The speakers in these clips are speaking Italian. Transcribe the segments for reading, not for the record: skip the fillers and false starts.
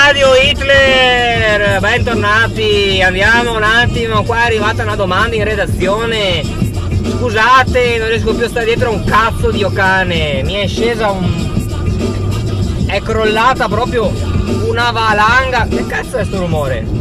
Radio Hitler, bentornati. Andiamo un attimo, qua è arrivata una domanda in redazione. Scusate, non riesco più a stare dietro un cazzo di cane. Mi è scesa è crollata proprio una valanga. Che cazzo è sto rumore?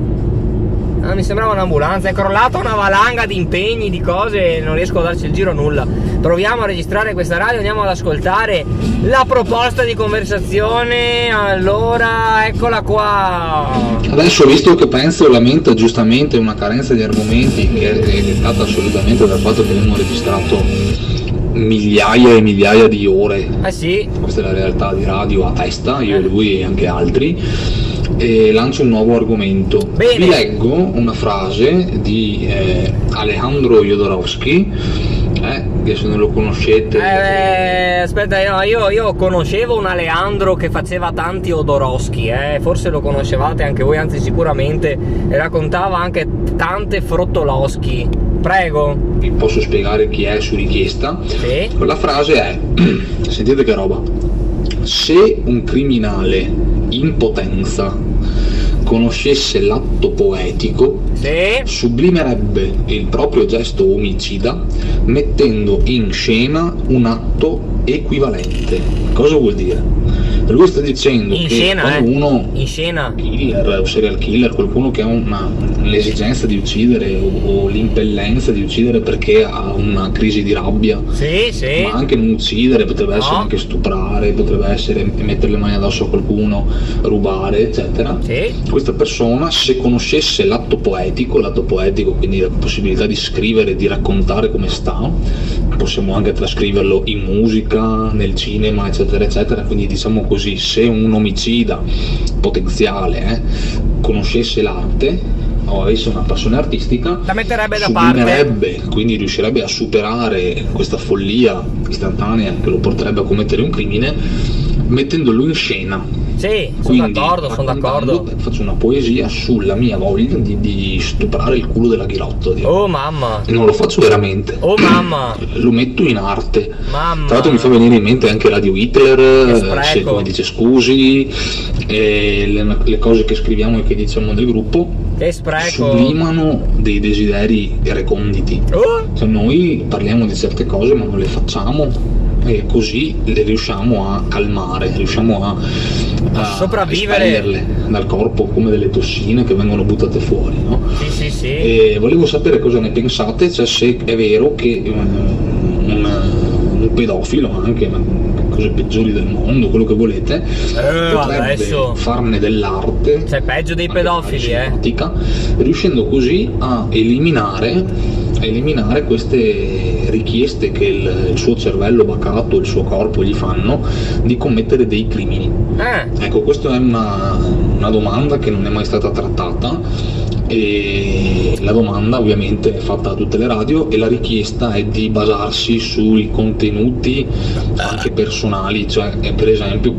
Ah, mi sembrava un'ambulanza. È crollata una valanga di impegni, di cose, non riesco a darci il giro a nulla. Proviamo a registrare questa radio, andiamo ad ascoltare la proposta di conversazione. Allora, eccola qua. Adesso, visto che Penzo lamenta giustamente una carenza di argomenti che è dettata assolutamente dal fatto che abbiamo registrato migliaia e migliaia di ore, sì, questa è la realtà di radio a testa, io e lui e anche altri, e lancio un nuovo argomento. Bene. Vi leggo una frase di Alejandro Jodorowsky, che se non lo conoscete... Aspetta, io conoscevo un Aleandro che faceva tanti Odorowsky, forse lo conoscevate anche voi, anzi sicuramente, e raccontava anche tante Frottolowsky. Prego. Vi posso spiegare chi è su richiesta? Sì. La frase è, sentite che roba: se un criminale in potenza conoscesse l'atto poetico, sì, sublimerebbe il proprio gesto omicida mettendo in scena un atto equivalente. Cosa vuol dire? Lui sta dicendo in che scena, quando uno in scena, killer, serial killer, qualcuno che ha l'esigenza di uccidere o l'impellenza di uccidere perché ha una crisi di rabbia, sì, sì, ma anche non uccidere, potrebbe essere anche stuprare, potrebbe essere mettere le mani addosso a qualcuno, rubare, eccetera. Sì. Questa persona, se conoscesse l'atto poetico, quindi la possibilità di scrivere, di raccontare come sta, possiamo anche trascriverlo in musica, nel cinema, eccetera, eccetera. Quindi diciamo così, se un omicida potenziale conoscesse l'arte o avesse una passione artistica, la metterebbe da parte, quindi riuscirebbe a superare questa follia istantanea che lo porterebbe a commettere un crimine mettendolo in scena. Sì, sono d'accordo. Faccio una poesia sulla mia voglia di stuprare il culo della ghilotta. Oh mamma! Non lo faccio veramente. Oh mamma! Lo metto in arte. Mamma! Tra l'altro mi fa venire in mente anche Radio Hitler, se come dice scusi, le cose che scriviamo e che diciamo del gruppo. Che spreco! Sublimano dei desideri reconditi. Cioè, noi parliamo di certe cose ma non le facciamo, e così le riusciamo a calmare, riusciamo a sopravvivere, espellerle dal corpo come delle tossine che vengono buttate fuori, no? Sì. E volevo sapere cosa ne pensate, cioè se è vero che un pedofilo, anche cose peggiori del mondo, quello che volete, potrebbe farne dell'arte, cioè peggio dei pedofili, riuscendo così a eliminare queste richieste che il suo cervello bacato, il suo corpo gli fanno di commettere dei crimini. Ecco, questa è una domanda che non è mai stata trattata, e la domanda ovviamente è fatta a tutte le radio, e la richiesta è di basarsi sui contenuti anche personali, cioè per esempio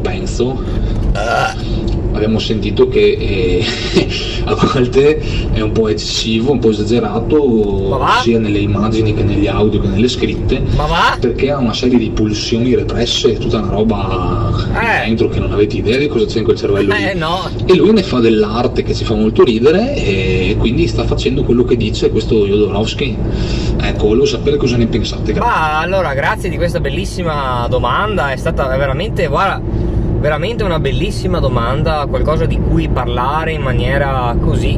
Penzo. Abbiamo sentito che a volte è un po' eccessivo, un po' esagerato, sia nelle immagini che negli audio che nelle scritte, perché ha una serie di pulsioni represse, tutta una roba dentro che non avete idea di cosa c'è in quel cervello lì. No. E lui ne fa dell'arte che ci fa molto ridere, e quindi sta facendo quello che dice questo Jodorowsky. Ecco, volevo sapere cosa ne pensate. Allora, grazie di questa bellissima domanda, è stata veramente una bellissima domanda, qualcosa di cui parlare in maniera così.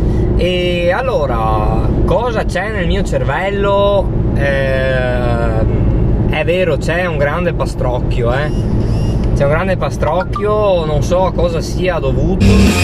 E allora, cosa c'è nel mio cervello? È vero, c'è un grande pastrocchio, c'è un grande pastrocchio, non so a cosa sia dovuto.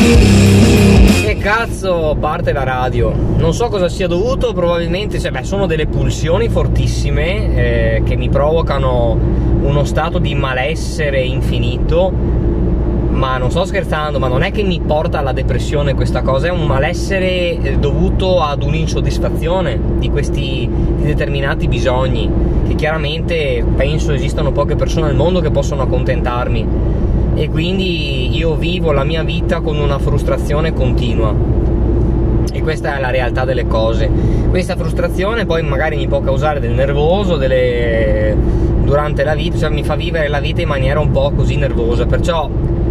Che cazzo parte la radio? Non so cosa sia dovuto, probabilmente sono delle pulsioni fortissime che mi provocano uno stato di malessere infinito, ma non sto scherzando, ma non è che mi porta alla depressione questa cosa, è un malessere dovuto ad un'insoddisfazione di determinati bisogni, che chiaramente penso esistano poche persone al mondo che possono accontentarmi, e quindi io vivo la mia vita con una frustrazione continua, e questa è la realtà delle cose. Questa frustrazione poi magari mi può causare del nervoso durante la vita, cioè mi fa vivere la vita in maniera un po' così nervosa, perciò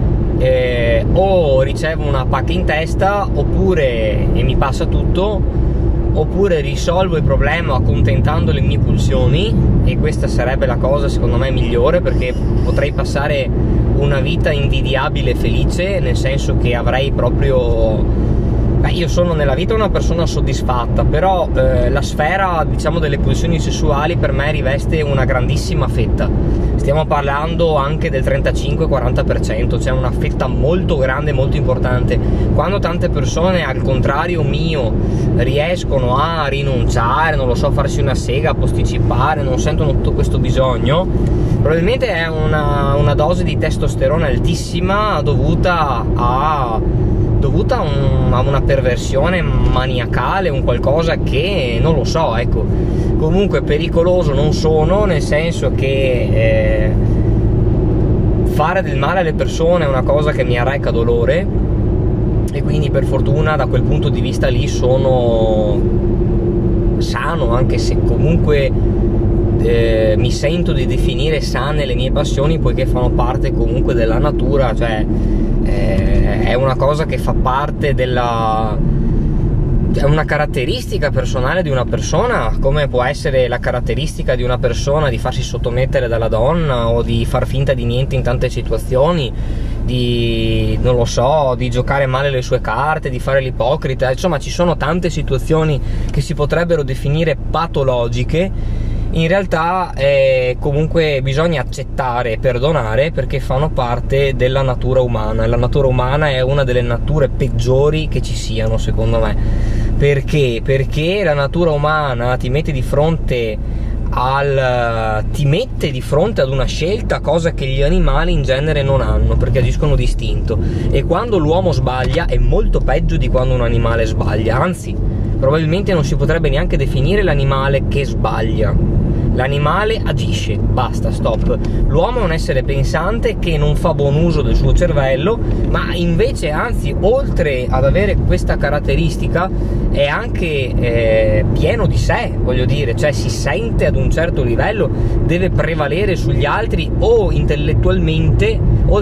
o ricevo una pacca in testa, oppure e mi passa tutto, oppure risolvo il problema accontentando le mie pulsioni, e questa sarebbe la cosa secondo me migliore, perché potrei passare una vita invidiabile e felice, nel senso che avrei proprio... io sono nella vita una persona soddisfatta, però la sfera, diciamo, delle pulsioni sessuali per me riveste una grandissima fetta. Stiamo parlando anche del 35-40%, cioè una fetta molto grande, molto importante. Quando tante persone, al contrario mio, riescono a rinunciare, non lo so, farsi una sega, posticipare, non sentono tutto questo bisogno, probabilmente è una dose di testosterone altissima dovuta a una perversione maniacale, un qualcosa che non lo so, ecco. Comunque pericoloso non sono, nel senso che fare del male alle persone è una cosa che mi arreca dolore, e quindi per fortuna da quel punto di vista lì sono sano, anche se comunque mi sento di definire sane le mie passioni, poiché fanno parte comunque della natura, cioè è una cosa che fa parte è una caratteristica personale di una persona, come può essere la caratteristica di una persona di farsi sottomettere dalla donna, o di far finta di niente in tante situazioni, di, non lo so, di giocare male le sue carte, di fare l'ipocrita. Insomma, ci sono tante situazioni che si potrebbero definire patologiche. In realtà comunque bisogna accettare e perdonare, perché fanno parte della natura umana, e la natura umana è una delle nature peggiori che ci siano, secondo me. Perché? Perché la natura umana ti mette di fronte ad una scelta, cosa che gli animali in genere non hanno, perché agiscono d'istinto, e quando l'uomo sbaglia è molto peggio di quando un animale sbaglia, anzi probabilmente non si potrebbe neanche definire l'animale che sbaglia. L'animale agisce, basta, stop. L'uomo è un essere pensante che non fa buon uso del suo cervello, ma invece, anzi, oltre ad avere questa caratteristica, è anche pieno di sé, voglio dire, cioè si sente ad un certo livello, deve prevalere sugli altri, o intellettualmente, o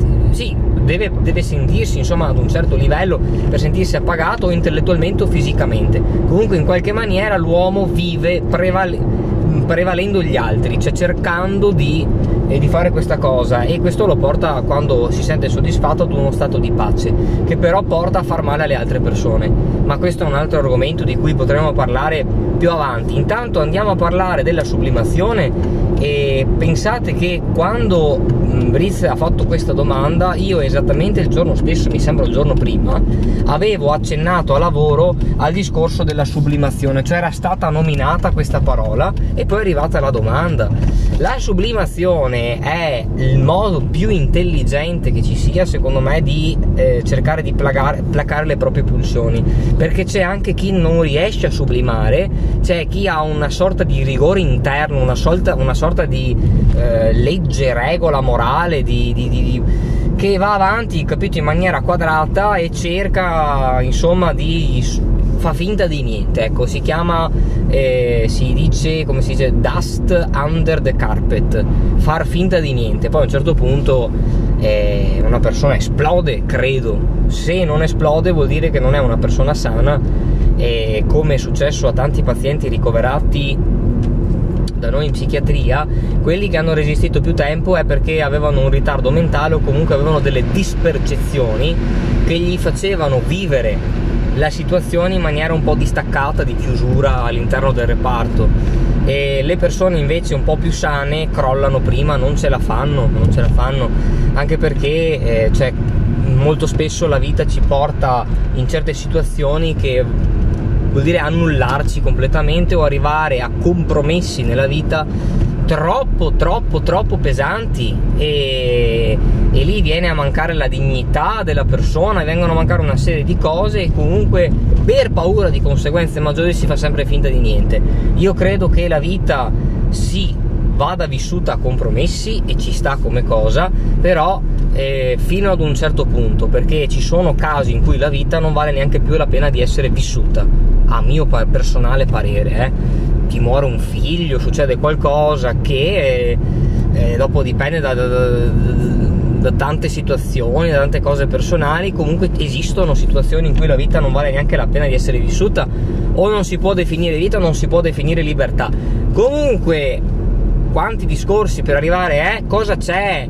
deve sentirsi, insomma, ad un certo livello per sentirsi appagato, o intellettualmente o fisicamente. Comunque in qualche maniera l'uomo vive prevalendo gli altri, cioè cercando di fare questa cosa, e questo lo porta, quando si sente soddisfatto, ad uno stato di pace, che però porta a far male alle altre persone. Ma questo è un altro argomento di cui potremo parlare più avanti. Intanto andiamo a parlare della sublimazione. E pensate che quando Briz ha fatto questa domanda, io esattamente il giorno stesso, mi sembra il giorno prima, avevo accennato a lavoro al discorso della sublimazione, cioè era stata nominata questa parola e poi è arrivata la domanda. La sublimazione è il modo più intelligente che ci sia, secondo me, di cercare di placare le proprie pulsioni, perché c'è anche chi non riesce a sublimare, c'è chi ha una sorta di rigore interno, una sorta di legge, regola morale che va avanti, capito, in maniera quadrata, e cerca, insomma, fa finta di niente, ecco. Si chiama, si dice dust under the carpet, far finta di niente. Poi a un certo punto una persona esplode, credo. Se non esplode vuol dire che non è una persona sana, e come è successo a tanti pazienti ricoverati da noi in psichiatria, quelli che hanno resistito più tempo è perché avevano un ritardo mentale, o comunque avevano delle dispercezioni che gli facevano vivere la situazione in maniera un po' distaccata, di chiusura all'interno del reparto. E le persone invece un po' più sane crollano prima, non ce la fanno, anche perché cioè, molto spesso la vita ci porta in certe situazioni che vuol dire annullarci completamente, o arrivare a compromessi nella vita troppo pesanti, e lì viene a mancare la dignità della persona, vengono a mancare una serie di cose, e comunque per paura di conseguenze maggiori si fa sempre finta di niente. Io credo che la vita vada vissuta a compromessi, e ci sta come cosa, però fino ad un certo punto, perché ci sono casi in cui la vita non vale neanche più la pena di essere vissuta, a mio personale parere. Ti muore un figlio, succede qualcosa che dopo dipende da tante situazioni, da tante cose personali. Comunque esistono situazioni in cui la vita non vale neanche la pena di essere vissuta, o non si può definire vita o non si può definire libertà. Comunque, quanti discorsi per arrivare cosa c'è.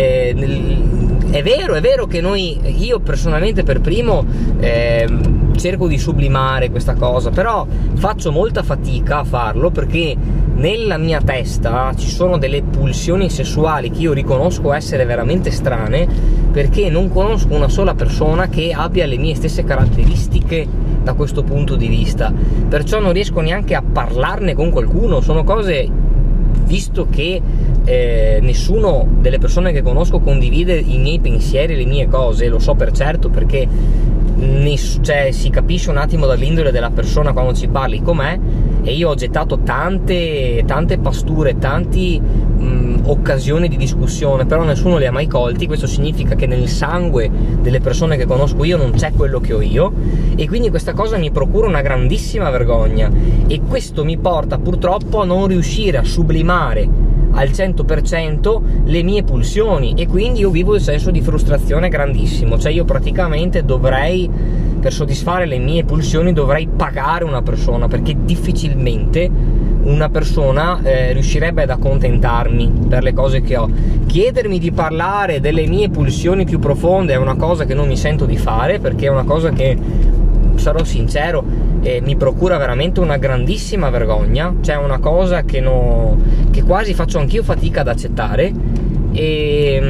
È vero che io personalmente per primo cerco di sublimare questa cosa, però faccio molta fatica a farlo, perché nella mia testa ci sono delle pulsioni sessuali che io riconosco essere veramente strane, perché non conosco una sola persona che abbia le mie stesse caratteristiche da questo punto di vista, perciò non riesco neanche a parlarne con qualcuno. Sono cose, visto che nessuno delle persone che conosco condivide i miei pensieri, le mie cose, lo so per certo, perché si capisce un attimo dall'indole della persona quando ci parli com'è, e io ho gettato tante pasture, tante occasioni di discussione, però nessuno le ha mai colti. Questo significa che nel sangue delle persone che conosco io non c'è quello che ho io, e quindi questa cosa mi procura una grandissima vergogna, e questo mi porta purtroppo a non riuscire a sublimare al 100% le mie pulsioni, e quindi io vivo il senso di frustrazione grandissimo. Cioè io praticamente dovrei, per soddisfare le mie pulsioni, dovrei pagare una persona, perché difficilmente una persona riuscirebbe ad accontentarmi per le cose che ho. Chiedermi di parlare delle mie pulsioni più profonde è una cosa che non mi sento di fare, perché è una cosa che, sarò sincero, mi procura veramente una grandissima vergogna. Cioè una cosa che quasi faccio anch'io fatica ad accettare, e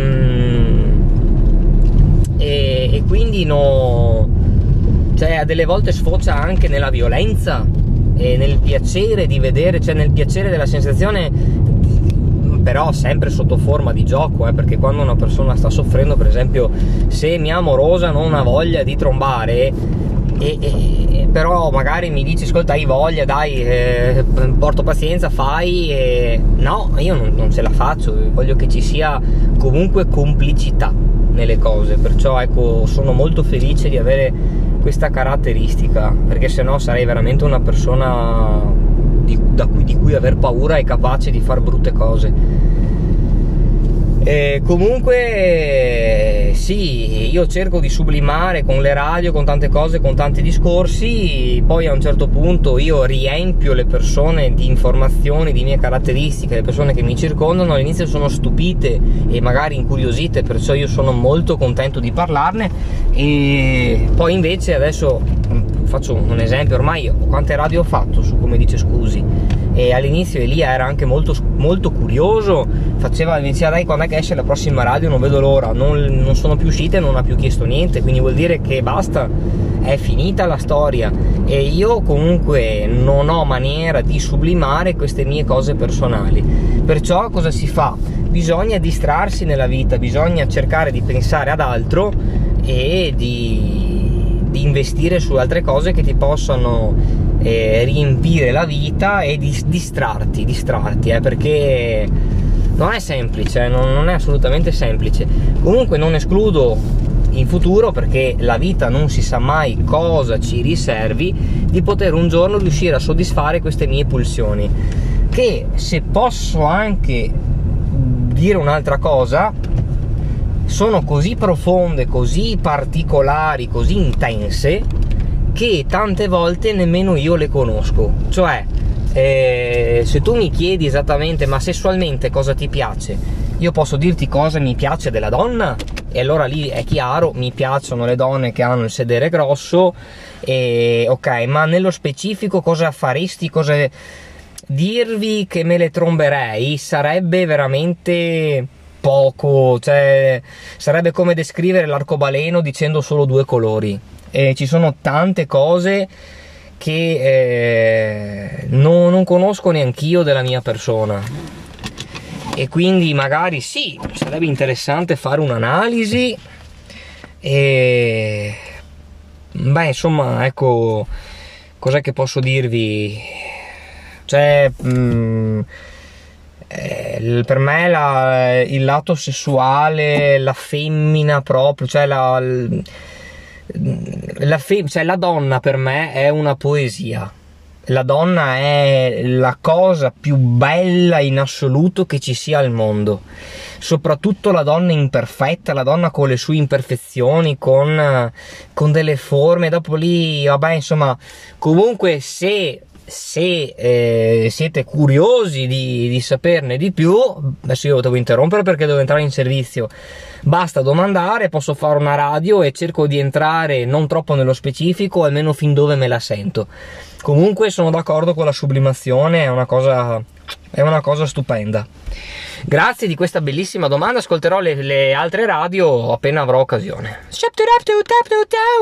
quindi cioè a delle volte sfocia anche nella violenza e nel piacere di vedere, cioè nel piacere della sensazione, però sempre sotto forma di gioco, perché quando una persona sta soffrendo, per esempio, se mia amorosa non ha voglia di trombare, però magari mi dice ascolta, hai voglia, dai, porto pazienza, fai, no, io non ce la faccio, voglio che ci sia comunque complicità nelle cose, perciò ecco, sono molto felice di avere questa caratteristica, perché sennò sarei veramente una persona di cui aver paura e capace di far brutte cose. Comunque sì, io cerco di sublimare con le radio, con tante cose, con tanti discorsi, poi a un certo punto io riempio le persone di informazioni, di mie caratteristiche. Le persone che mi circondano all'inizio sono stupite e magari incuriosite, perciò io sono molto contento di parlarne, e poi invece adesso faccio un esempio: ormai quante radio ho fatto su Come Dice Scusi, e all'inizio Elia era anche molto curioso, mi diceva dai, quando è che esce la prossima radio, non vedo l'ora. Non sono più uscite, non ha più chiesto niente, quindi vuol dire che basta, è finita la storia. E io comunque non ho maniera di sublimare queste mie cose personali, perciò cosa si fa? Bisogna distrarsi nella vita, bisogna cercare di pensare ad altro e di investire su altre cose che ti possano riempire la vita e distrarti, perché non è semplice, non è assolutamente semplice. Comunque non escludo in futuro, perché la vita non si sa mai cosa ci riservi, di poter un giorno riuscire a soddisfare queste mie pulsioni, che, se posso anche dire un'altra cosa, sono così profonde, così particolari, così intense, che tante volte nemmeno io le conosco. Cioè se tu mi chiedi esattamente ma sessualmente cosa ti piace, io posso dirti cosa mi piace della donna, e allora lì è chiaro, mi piacciono le donne che hanno il sedere grosso, ok, ma nello specifico cosa faresti, cosa dirvi che me le tromberei sarebbe veramente poco. Cioè sarebbe come descrivere l'arcobaleno dicendo solo 2 colori. Ci sono tante cose che non conosco neanch'io della mia persona, e quindi magari sì, sarebbe interessante fare un'analisi, e beh, insomma, ecco, cos'è che posso dirvi? Cioè per me il lato sessuale, la femmina proprio, cioè cioè la donna per me è una poesia, la donna è la cosa più bella in assoluto che ci sia al mondo, soprattutto la donna imperfetta, la donna con le sue imperfezioni, con delle forme. Dopo lì, vabbè, insomma, comunque se siete curiosi di saperne di più, adesso io devo interrompere perché devo entrare in servizio, basta domandare, posso fare una radio e cerco di entrare non troppo nello specifico, almeno fin dove me la sento. Comunque sono d'accordo con la sublimazione, è una cosa stupenda. Grazie di questa bellissima domanda, ascolterò le altre radio appena avrò occasione.